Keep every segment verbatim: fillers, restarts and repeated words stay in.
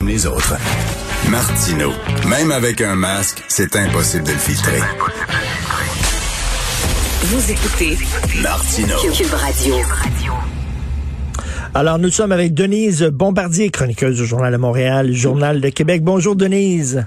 les autres. Martineau, même avec un masque, c'est impossible de le filtrer. Vous écoutez Martineau. Cube Radio. Alors, nous sommes avec Denise Bombardier, chroniqueuse du Journal de Montréal, Journal de Québec. Bonjour, Denise.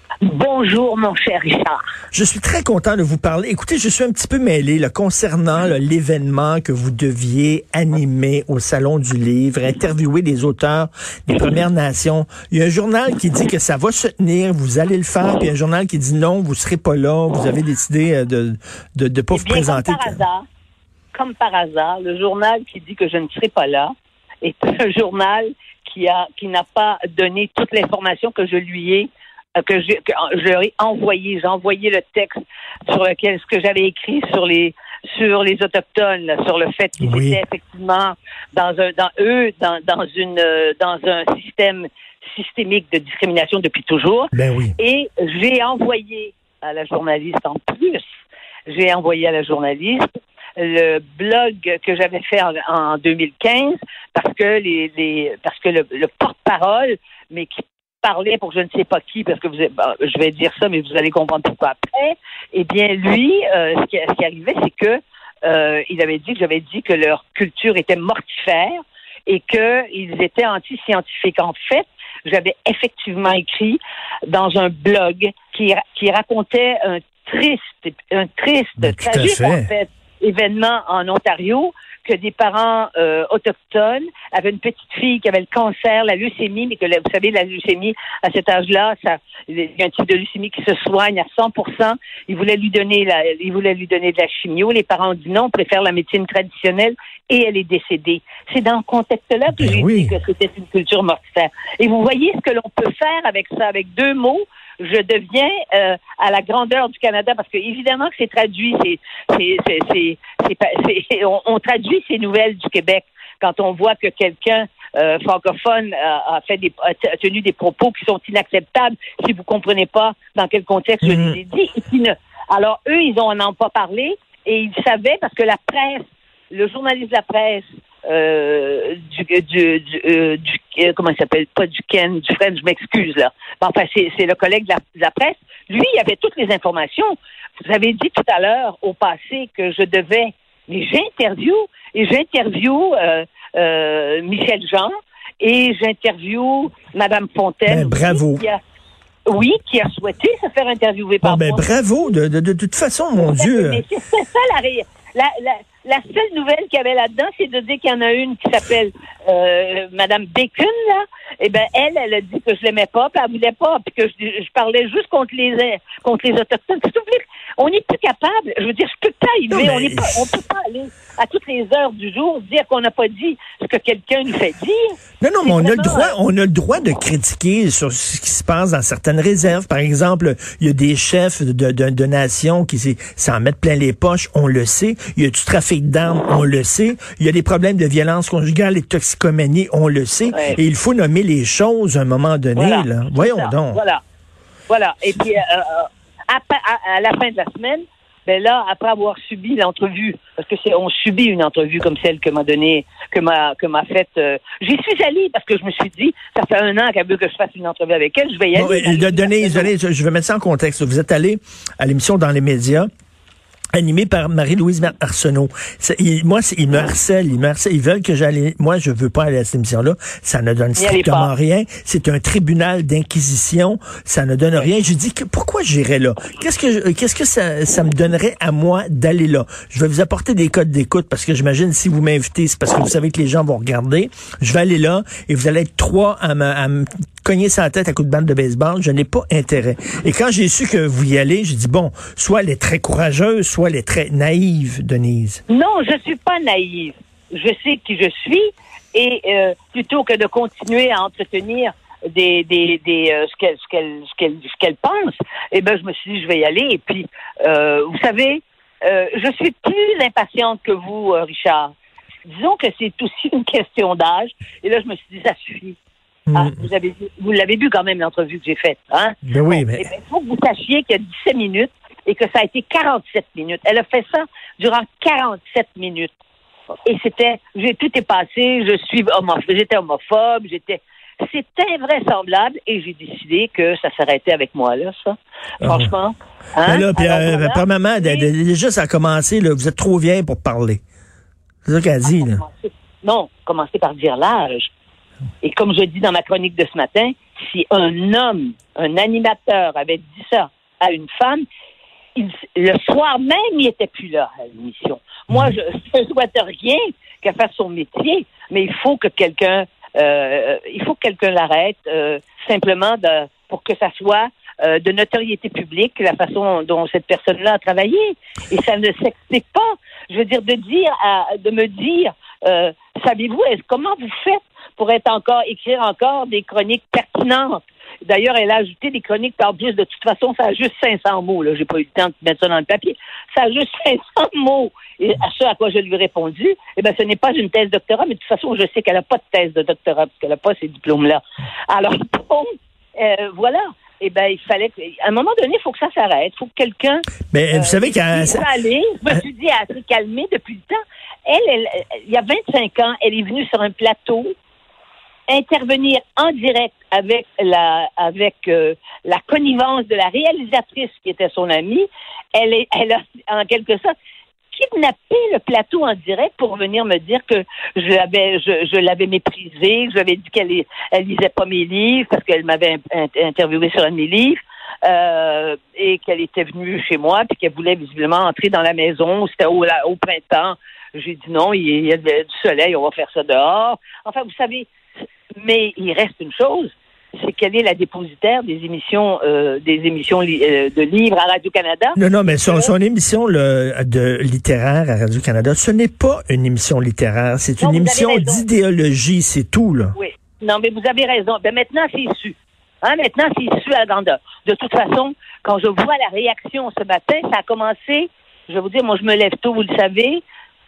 Bonjour, mon cher Richard. Je suis très content de vous parler. Écoutez, je suis un petit peu mêlé là, concernant là, l'événement que vous deviez animer au Salon du Livre, interviewer les auteurs des Premières Nations. Il y a un journal qui dit que ça va se tenir, vous allez le faire, puis un journal qui dit non, vous serez pas là, vous avez décidé de de, de pas Eh vous bien, présenter. Comme par hasard, comme par hasard, le journal qui dit que je ne serai pas là est un journal qui a qui n'a pas donné toute l'information que je lui ai que je, que je leur ai envoyé. J'ai envoyé le texte sur lequel ce que j'avais écrit sur les sur les autochtones, là, sur le fait qu'ils oui. étaient effectivement dans un dans eux dans dans une dans un système systémique de discrimination depuis toujours. Ben oui. Et j'ai envoyé à la journaliste en plus, j'ai envoyé à la journaliste le blog que j'avais fait en, en deux mille quinze parce que les, les parce que le, le porte-parole, mais qui parlait pour je ne sais pas qui, parce que vous êtes, ben, je vais dire ça, mais vous allez comprendre pourquoi après. Eh bien, lui, euh, ce, qui, ce qui arrivait, c'est que euh, il avait dit que j'avais dit que leur culture était mortifère et qu'ils étaient anti-scientifiques. En fait, j'avais effectivement écrit dans un blog qui, qui racontait un triste, un triste, Ben, tout à tragique fait. en fait, événement en Ontario, que des parents euh, autochtones avaient une petite fille qui avait le cancer, la leucémie, mais que la, vous savez, la leucémie, à cet âge-là, ça, il y a un type de leucémie qui se soigne à cent pour cent. Ils voulaient lui donner la, ils voulaient lui donner de la chimio. Les parents ont dit non, on préfère la médecine traditionnelle, et elle est décédée. C'est dans ce contexte-là que Ben j'ai oui. dit que c'était une culture mortifère. Et vous voyez ce que l'on peut faire avec ça, avec deux mots. Je deviens euh, à la grandeur du Canada, parce que évidemment que c'est traduit, c'est, c'est, c'est, c'est, c'est, pas- c'est on, on traduit ces nouvelles du Québec quand on voit que quelqu'un euh, francophone a, a fait des, a tenu des propos qui sont inacceptables si vous comprenez pas dans quel contexte je Mhm. les ai dit. Et qui ne, alors eux, ils en ont pas parlé et ils savaient parce que la presse, le journaliste de la presse. Euh, du, du, du, euh, du euh, comment il s'appelle, pas du Ken, du Fred, je m'excuse là. Bon, enfin, c'est, c'est le collègue de la, de la presse. Lui, il avait toutes les informations. Vous avez dit tout à l'heure, au passé, que je devais, mais j'interviewe, et j'interviewe euh, euh, Michel Jean, et j'interviewe Madame Fontaine. Ben, bravo. Qui a, oui, qui a souhaité se faire interviewer par Bon, ben moi. bravo. De, de, de toute façon, mon Dieu. Mais c'est c'est ça la, ré- la, la, la seule nouvelle qu'il y avait là-dedans, c'est de dire qu'il y en a une qui s'appelle euh, Madame Bacon, là. Eh ben elle, elle a dit que je l'aimais pas, puis elle voulait pas, puis que je, je parlais juste contre les contre les autochtones. S'il vous plaît, on n'est plus capable. Je veux dire, je peux pas y Non, aller. mais- On n'est pas, on peut pas aller à toutes les heures du jour dire qu'on n'a pas dit ce que quelqu'un nous fait dire. Non, non, mais on a le vraiment, droit, euh, on a le droit de critiquer sur ce qui se passe dans certaines réserves. Par exemple, il y a des chefs de, de, de nations qui s'y- s'en mettent plein les poches, on le sait. Il y a du trafic d'armes, on le sait. Il y a des problèmes de violence conjugale et de toxicomanie, on le sait. Ouais. Et il faut nommer les choses à un moment donné, Voilà, là. c'est Voyons ça. donc. Voilà. Voilà. Et puis, euh, euh, à, à, à la fin de la semaine, ben là, après avoir subi l'entrevue, parce que c'est, on subit une entrevue comme celle que m'a donnée, que m'a, que m'a faite, euh, j'y suis allée parce que je me suis dit, ça fait un an qu'elle veut que je fasse une entrevue avec elle, je vais y aller. Bon, euh, de- Denise, Denise, je vais mettre ça en contexte. Vous êtes allé à l'émission Dans les médias, animé par Marie-Louise Arsenault. C'est- il- moi, c'est- ils me harcèlent, ils me harcèlent, ils veulent que j'aille. Moi, je veux pas aller à cette émission-là. Ça ne donne N'y allez strictement pas. rien. C'est un tribunal d'inquisition. Ça ne donne rien. Je dis que pourquoi j'irais là? Qu'est-ce que je- qu'est-ce que ça, ça me donnerait à moi d'aller là? Je vais vous apporter des codes d'écoute parce que j'imagine si vous m'invitez, c'est parce que vous savez que les gens vont regarder. Je vais aller là et vous allez être trois à me, à me cogner sa tête à coups de balle de baseball. Je n'ai pas intérêt. Et quand j'ai su que vous y allez, j'ai dit bon, soit elle est très courageuse, soit elle est très naïve, Denise. Non, je suis pas naïve. Je sais qui je suis et euh, plutôt que de continuer à entretenir des des des euh, ce qu'elle ce qu'elle ce qu'elle ce qu'elle pense, eh ben je me suis dit je vais y aller et puis euh, vous savez, euh, je suis plus impatiente que vous, euh, Richard. Disons que c'est aussi une question d'âge et là je me suis dit ça suffit. Ah, Mm. vous avez vu- vous l'avez vu quand même l'entrevue que j'ai faite, hein? Ben oui, Bon, mais eh ben, il faut que vous sachiez qu'il y a dix-sept minutes et que ça a été quarante-sept minutes. Elle a fait ça durant quarante-sept minutes. Et c'était, j'ai tout est passé, je suis homophobe, j'étais homophobe, j'étais, C'est invraisemblable et j'ai décidé que ça s'arrêtait avec moi, là, ça. Franchement. Ah. Hein? Là, puis, euh, voilà. premièrement, et... déjà, ça a commencé, là, vous êtes trop vieille pour parler. C'est ça qu'elle dit, là. Commencer... Non, commencer par dire l'âge. Et comme je dis dans ma chronique de ce matin, si un homme, un animateur avait dit ça à une femme, il, le soir même, il n'était plus là à l'émission. Moi, je ne souhaite rien qu'elle fasse son métier, mais il faut que quelqu'un, euh, il faut que quelqu'un l'arrête euh, simplement de, pour que ça soit euh, de notoriété publique la façon dont cette personne-là a travaillé. Et ça ne s'explique pas. Je veux dire, de dire, à, de me dire, euh, savez-vous, comment vous faites pour être encore, écrire encore des chroniques pertinentes? D'ailleurs, elle a ajouté des chroniques, en plus, de toute façon, ça a juste cinq cents mots, là. J'ai pas eu le temps de mettre ça dans le papier. Ça a juste cinq cents mots. Et à ce à quoi je lui ai répondu, eh ben, ce n'est pas une thèse de doctorat, mais de toute façon, je sais qu'elle n'a pas de thèse de doctorat, parce qu'elle n'a pas ces diplômes-là. Alors, bon, euh, voilà. Eh ben, il fallait que, à un moment donné, il faut que ça s'arrête. Il faut que quelqu'un. Mais euh, vous savez qu'elle. Ça allait. Je me suis dit, elle s'est calmée depuis le temps. Elle, elle, il y a vingt-cinq ans, elle est venue sur un plateau intervenir en direct avec la avec euh, la connivence de la réalisatrice qui était son amie. Elle est, elle a en quelque sorte kidnappé le plateau en direct pour venir me dire que je l'avais je, je l'avais méprisée, que je lui avais dit qu'elle elle lisait pas mes livres parce qu'elle m'avait interviewé sur un de mes livres. Euh, et qu'elle était venue chez moi puis qu'elle voulait visiblement entrer dans la maison. C'était au, au printemps. J'ai dit non, il y a du soleil, on va faire ça dehors. Enfin, vous savez, mais il reste une chose, c'est qu'elle est la dépositaire des émissions euh, des émissions li- euh, de livres à Radio-Canada. Non, non, mais son, son émission le, de littéraire à Radio-Canada, ce n'est pas une émission littéraire, c'est non, une émission d'idéologie, c'est tout, là. Oui, non, mais vous avez raison. Ben maintenant, c'est su. Hein, maintenant, c'est su à la grandeur. De toute façon, quand je vois la réaction ce matin, ça a commencé, je vais vous dire, moi, je me lève tôt, vous le savez,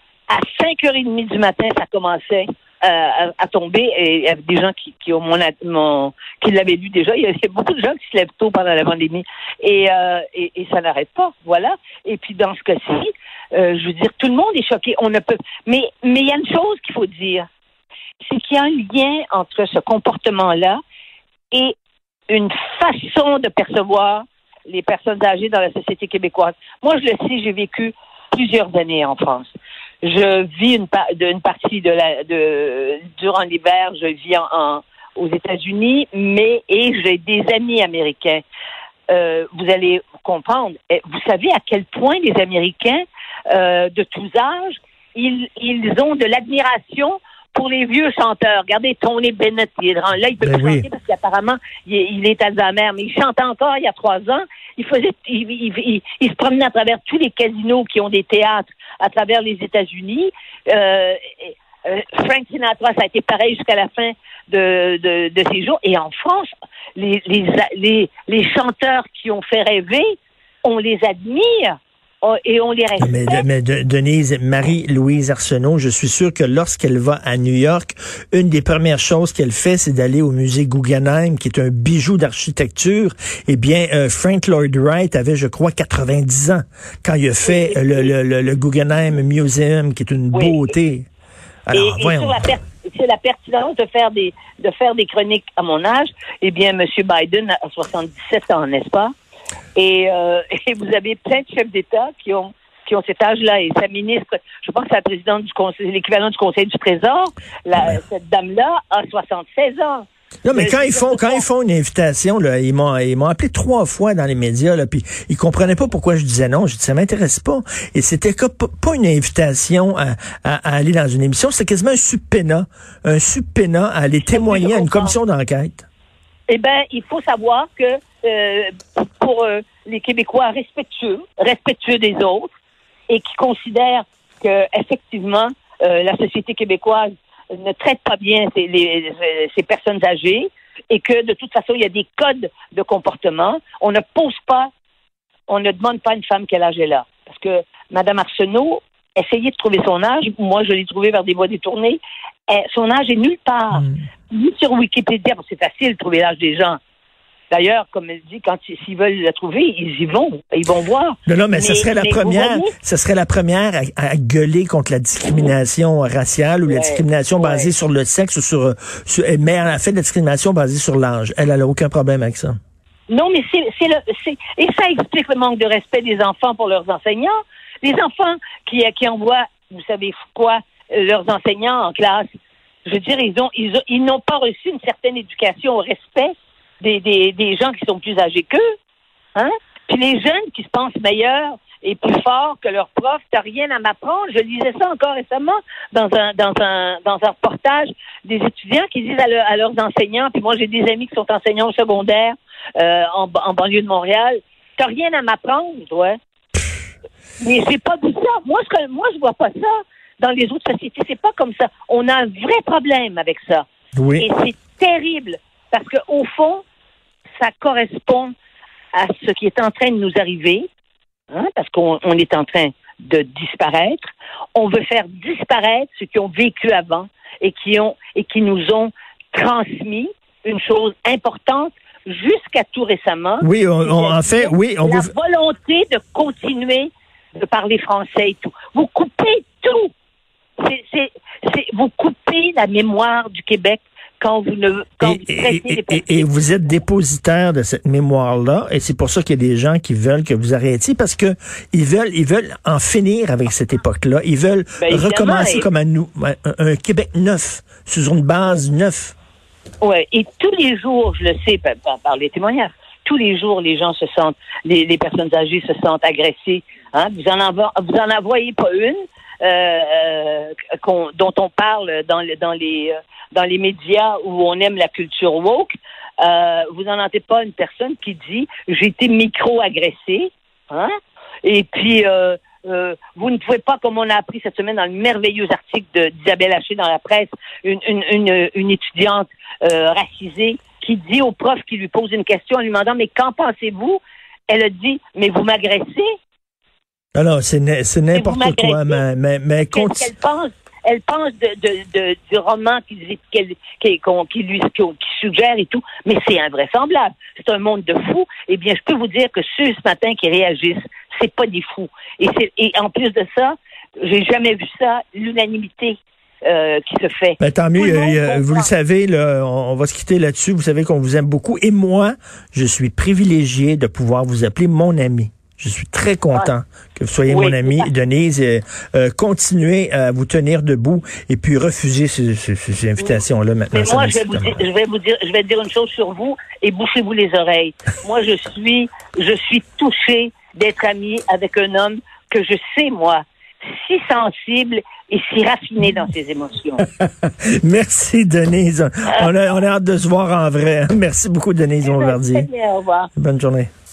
à cinq heures trente du matin, ça commençait euh, à, à tomber, et il y avait des gens qui, qui ont mon, mon qui l'avaient lu déjà. Il y a beaucoup de gens qui se lèvent tôt pendant la pandémie, et, euh, et, et ça n'arrête pas, voilà. Et puis, dans ce cas-ci, euh, je veux dire, tout le monde est choqué. On ne peut, mais mais il y a une chose qu'il faut dire, c'est qu'il y a un lien entre ce comportement-là et une façon de percevoir les personnes âgées dans la société québécoise. Moi, je le sais, j'ai vécu plusieurs années en France. Je vis une, pa- de, une partie de la de durant l'hiver, je vis en, en aux États-Unis, mais et j'ai des amis américains. Euh, vous allez comprendre. Vous savez à quel point les Américains euh, de tous âges, ils ils ont de l'admiration pour les vieux chanteurs. Regardez Tony Bennett, il est grand. Là, il peut ben plus oui. chanter parce qu'apparemment, il est, il est Alzheimer, mais il chantait encore il y a trois ans. Il faisait, il, il, il, il se promenait à travers tous les casinos qui ont des théâtres à travers les États-Unis. Euh, euh, Frank Sinatra, ça a été pareil jusqu'à la fin de, de, de ses jours. Et en France, les, les, les, les chanteurs qui ont fait rêver, on les admire. Et on les respecte. Mais, mais de, Denise, Marie-Louise Arsenault, je suis sûr que lorsqu'elle va à New York, une des premières choses qu'elle fait, c'est d'aller au musée Guggenheim, qui est un bijou d'architecture. Eh bien, euh, Frank Lloyd Wright avait, je crois, quatre-vingt-dix ans quand il a fait oui. le, le, le, le Guggenheim Museum, qui est une oui. beauté. Alors, et, et sur la per- c'est la pertinence de faire des de faire des chroniques à mon âge. Eh bien, M. Biden a soixante-dix-sept ans, n'est-ce pas? Et, euh, et vous avez plein de chefs d'État qui ont qui ont cet âge-là. Et sa ministre, je pense que c'est la présidente du conseil, l'équivalent du Conseil du Trésor, la, cette dame-là a soixante-seize ans. Non, mais quand ils font quand ils font une invitation, là, ils m'ont ils m'ont appelé trois fois dans les médias, là, puis ils comprenaient pas pourquoi je disais non. Je dis ça m'intéresse pas. Et c'était pas une invitation à, à, à aller dans une émission, c'était quasiment un subpoena, un subpoena à aller témoigner à une commission d'enquête. Eh ben, il faut savoir que euh, pour euh, les Québécois respectueux, respectueux des autres, et qui considèrent que effectivement euh, la société québécoise ne traite pas bien ces, les, ces personnes âgées, et que de toute façon il y a des codes de comportement. On ne pose pas, on ne demande pas à une femme quel âge elle a, parce que Mme Arsenault essayait de trouver son âge. Moi, je l'ai trouvé vers des voies détournées. Elle, son âge est nulle part. Mmh. Ni sur Wikipédia, parce que c'est facile de trouver l'âge des gens. D'ailleurs, comme elle dit, quand ils, s'ils veulent la trouver, ils y vont. Ils vont voir. Non, non, mais, mais ce serait la mais première, ce serait la première à, à gueuler contre la discrimination raciale ou ouais, la discrimination ouais. basée sur le sexe ou sur, sur, mais elle a fait de la discrimination basée sur l'âge. Elle, elle a aucun problème avec ça. Non, mais c'est, c'est le, c'est, et ça explique le manque de respect des enfants pour leurs enseignants. Les enfants qui, qui envoient, vous savez quoi, leurs enseignants en classe. Je veux dire, ils ont, ils ont, ils n'ont pas reçu une certaine éducation au respect des, des, des gens qui sont plus âgés qu'eux, hein? Puis les jeunes qui se pensent meilleurs et plus forts que leurs profs, t'as rien à m'apprendre. Je lisais ça encore récemment dans un, dans un, dans un reportage des étudiants qui disent à, le, à leurs enseignants, puis moi j'ai des amis qui sont enseignants au secondaire, euh, en, en banlieue de Montréal, t'as rien à m'apprendre, ouais. Mais j'ai pas vu ça. Moi, je, moi, je vois pas ça dans les autres sociétés. C'est pas comme ça. On a un vrai problème avec ça. Oui. Et c'est terrible. Parce que au fond, ça correspond à ce qui est en train de nous arriver, hein, parce qu'on on est en train de disparaître. On veut faire disparaître ceux qui ont vécu avant et qui ont et qui nous ont transmis une chose importante jusqu'à tout récemment. Oui, on, on, en fait, oui, on la vous... volonté de continuer de parler français et tout. Vous coupez tout. C'est, c'est, c'est, vous coupez la mémoire du Québec quand vous ne quand et, vous traitez et, les personnes. Et, et vous êtes dépositaire de cette mémoire-là, et c'est pour ça qu'il y a des gens qui veulent que vous arrêtiez, parce que ils veulent ils veulent en finir avec cette époque-là. Ils veulent ben recommencer et... comme un, un, un Québec neuf, sur une base neuve. Ouais, et tous les jours, je le sais par, par, par les témoignages, tous les jours, les gens se sentent, les, les personnes âgées se sentent agressées. Hein? Vous en envo- vous en envoyez pas une euh, qu'on, dont on parle dans, le, dans les dans les médias où on aime la culture woke. Euh, vous n'en entendez pas une personne qui dit j'ai été micro-agressée, hein? Et puis euh, euh, vous ne pouvez pas, comme on a appris cette semaine dans le merveilleux article de, d'Isabelle Haché dans la presse, une, une, une, une étudiante euh, racisée qui dit au prof qui lui pose une question en lui demandant mais qu'en pensez-vous? Elle a dit mais vous m'agressez. Alors c'est, c'est n'importe quoi, mais mais, mais qu'est-ce qu'elle pense? Elle pense de, de, de, du roman qui, qu'elle, qui, qui lui qui, qui suggère et tout, mais c'est invraisemblable. C'est un monde de fous. Eh bien, je peux vous dire que ceux ce matin qui réagissent, c'est pas des fous. Et, c'est, et en plus de ça, j'ai jamais vu ça, l'unanimité euh, qui se fait. Ben, tant mieux. Euh, vous le savez, là, on, on va se quitter là-dessus. Vous savez qu'on vous aime beaucoup. Et moi, je suis privilégié de pouvoir vous appeler mon ami. Je suis très content que vous soyez oui, mon ami, Denise. Euh, euh, continuez à vous tenir debout et puis refuser ces, ces, ces invitations-là maintenant. Mais moi, je vais, vous dire, je vais vous dire, je vais dire une chose sur vous et bouchez-vous les oreilles. Moi, je suis, je suis touchée d'être amie avec un homme que je sais, moi, si sensible et si raffiné dans ses émotions. Merci, Denise. On a, on a hâte de se voir en vrai. Merci beaucoup, Denise Monverdier. Au revoir. Bonne journée.